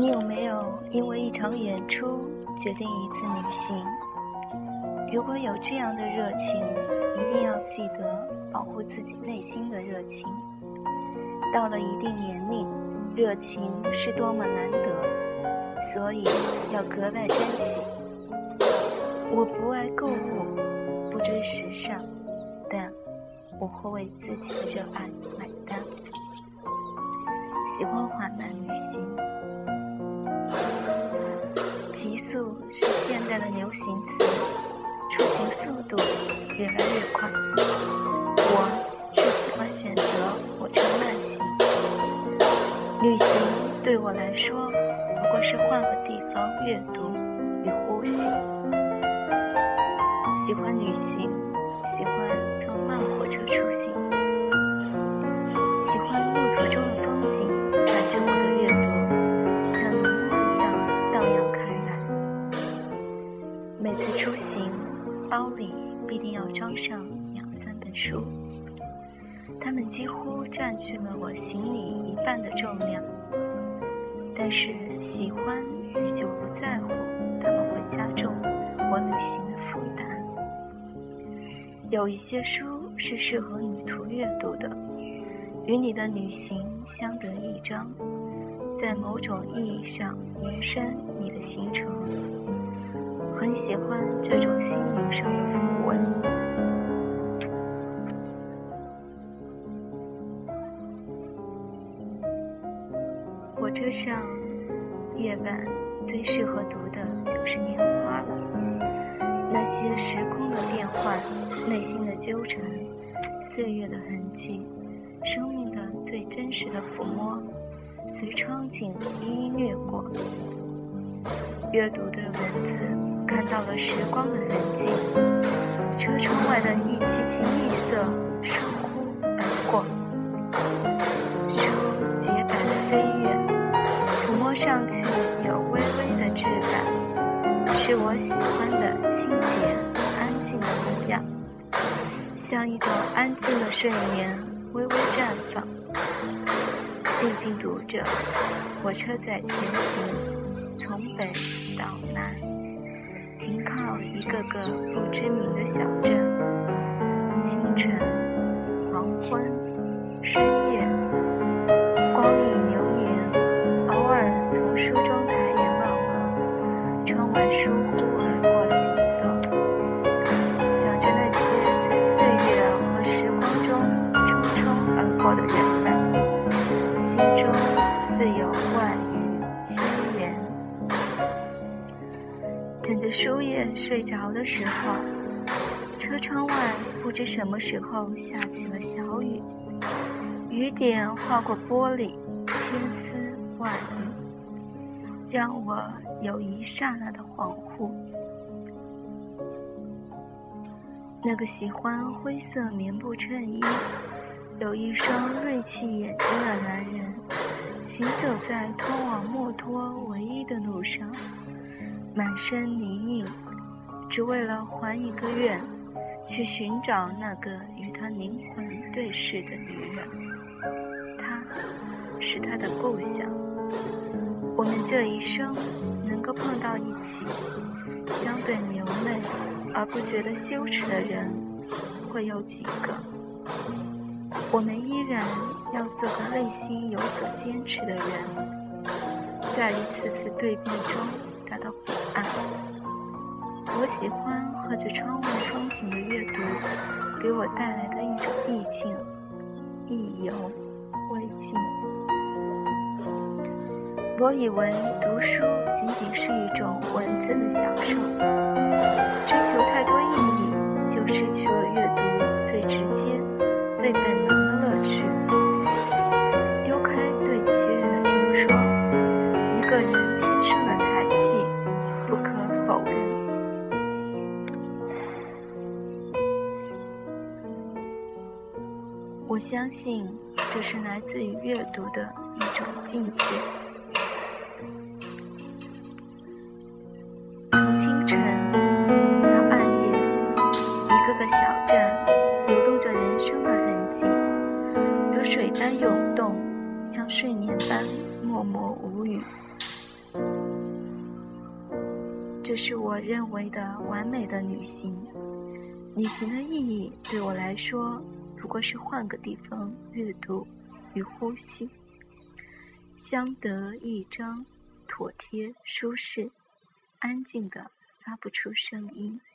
你有没有因为一场演出决定一次旅行？如果有这样的热情，一定要记得保护自己内心的热情。到了一定年龄，热情是多么难得，所以要格外珍惜。我不爱购物，不追时尚，但我会为自己的热爱买单。喜欢缓慢旅行。极速是现代的流行词，出行速度越来越快。我却喜欢选择火车慢行。旅行对我来说，不过是换个地方阅读与呼吸。喜欢旅行，喜欢坐慢火车出行，喜欢路途中的风景伴着我的阅读，像浓墨一样荡漾开来。每次出行，包里必定要装上2-3本书，它们几乎占据了我行李一半的重量。但是喜欢与就不在乎，它们会加重我旅行的负担。有一些书是适合旅途阅读的，与你的旅行相得益彰，在某种意义上延伸你的行程。很喜欢这种心灵上的抚慰。火车上，夜晚最适合读的就是年华了。那些时空的变换，内心的纠缠，岁月的痕迹，生命的最真实的抚摸，随窗景一一掠过。阅读的文字看到了时光的痕迹，车窗外的一旗旗绿色疏忽而过。书洁白的飞跃，抚摸上去有微微的质感，是我喜欢的清洁安静的模样，像一朵安静的睡莲微微绽放。静静读着，火车在前行，从北到南，停靠一个个不知名的小镇。清晨、黄昏、深夜，光影流年，偶尔从书中抬眼望望窗外疏忽而过的景色，想着那些在岁月和时光中匆匆而过的人们，心中似有万语千言。等着书页睡着的时候，车窗外不知什么时候下起了小雨，雨点划过玻璃，千丝万缕，让我有一刹那的恍惚。那个喜欢灰色棉布衬衣，有一双锐气眼睛的男人，行走在通往墨脱唯一的路上，满身泥泞，只为了还一个愿，去寻找那个与他灵魂对视的女人。她是他的故乡。我们这一生能够碰到一起，相对流泪而不觉得羞耻的人会有几个？我们依然要做个内心有所坚持的人，在一次次对比中达到彼岸。我喜欢和着窗外风景的阅读给我带来的一种意境，意犹未尽。我以为读书仅仅是一种文字的享受，追求太多意义，就失去了阅读最直接、最本能的乐趣。丢开对其人的评说，一个人天生的才气不可否认。我相信这是来自于阅读的一种境界。从清晨到暗夜，一个个小镇流动着人生的痕迹，如水般涌动，像睡眠般默默无语。 这是我认为的完美的旅行。旅行的意义对我来说，不过是换个地方阅读与呼吸，相得益彰，妥帖舒适，安静地发不出声音。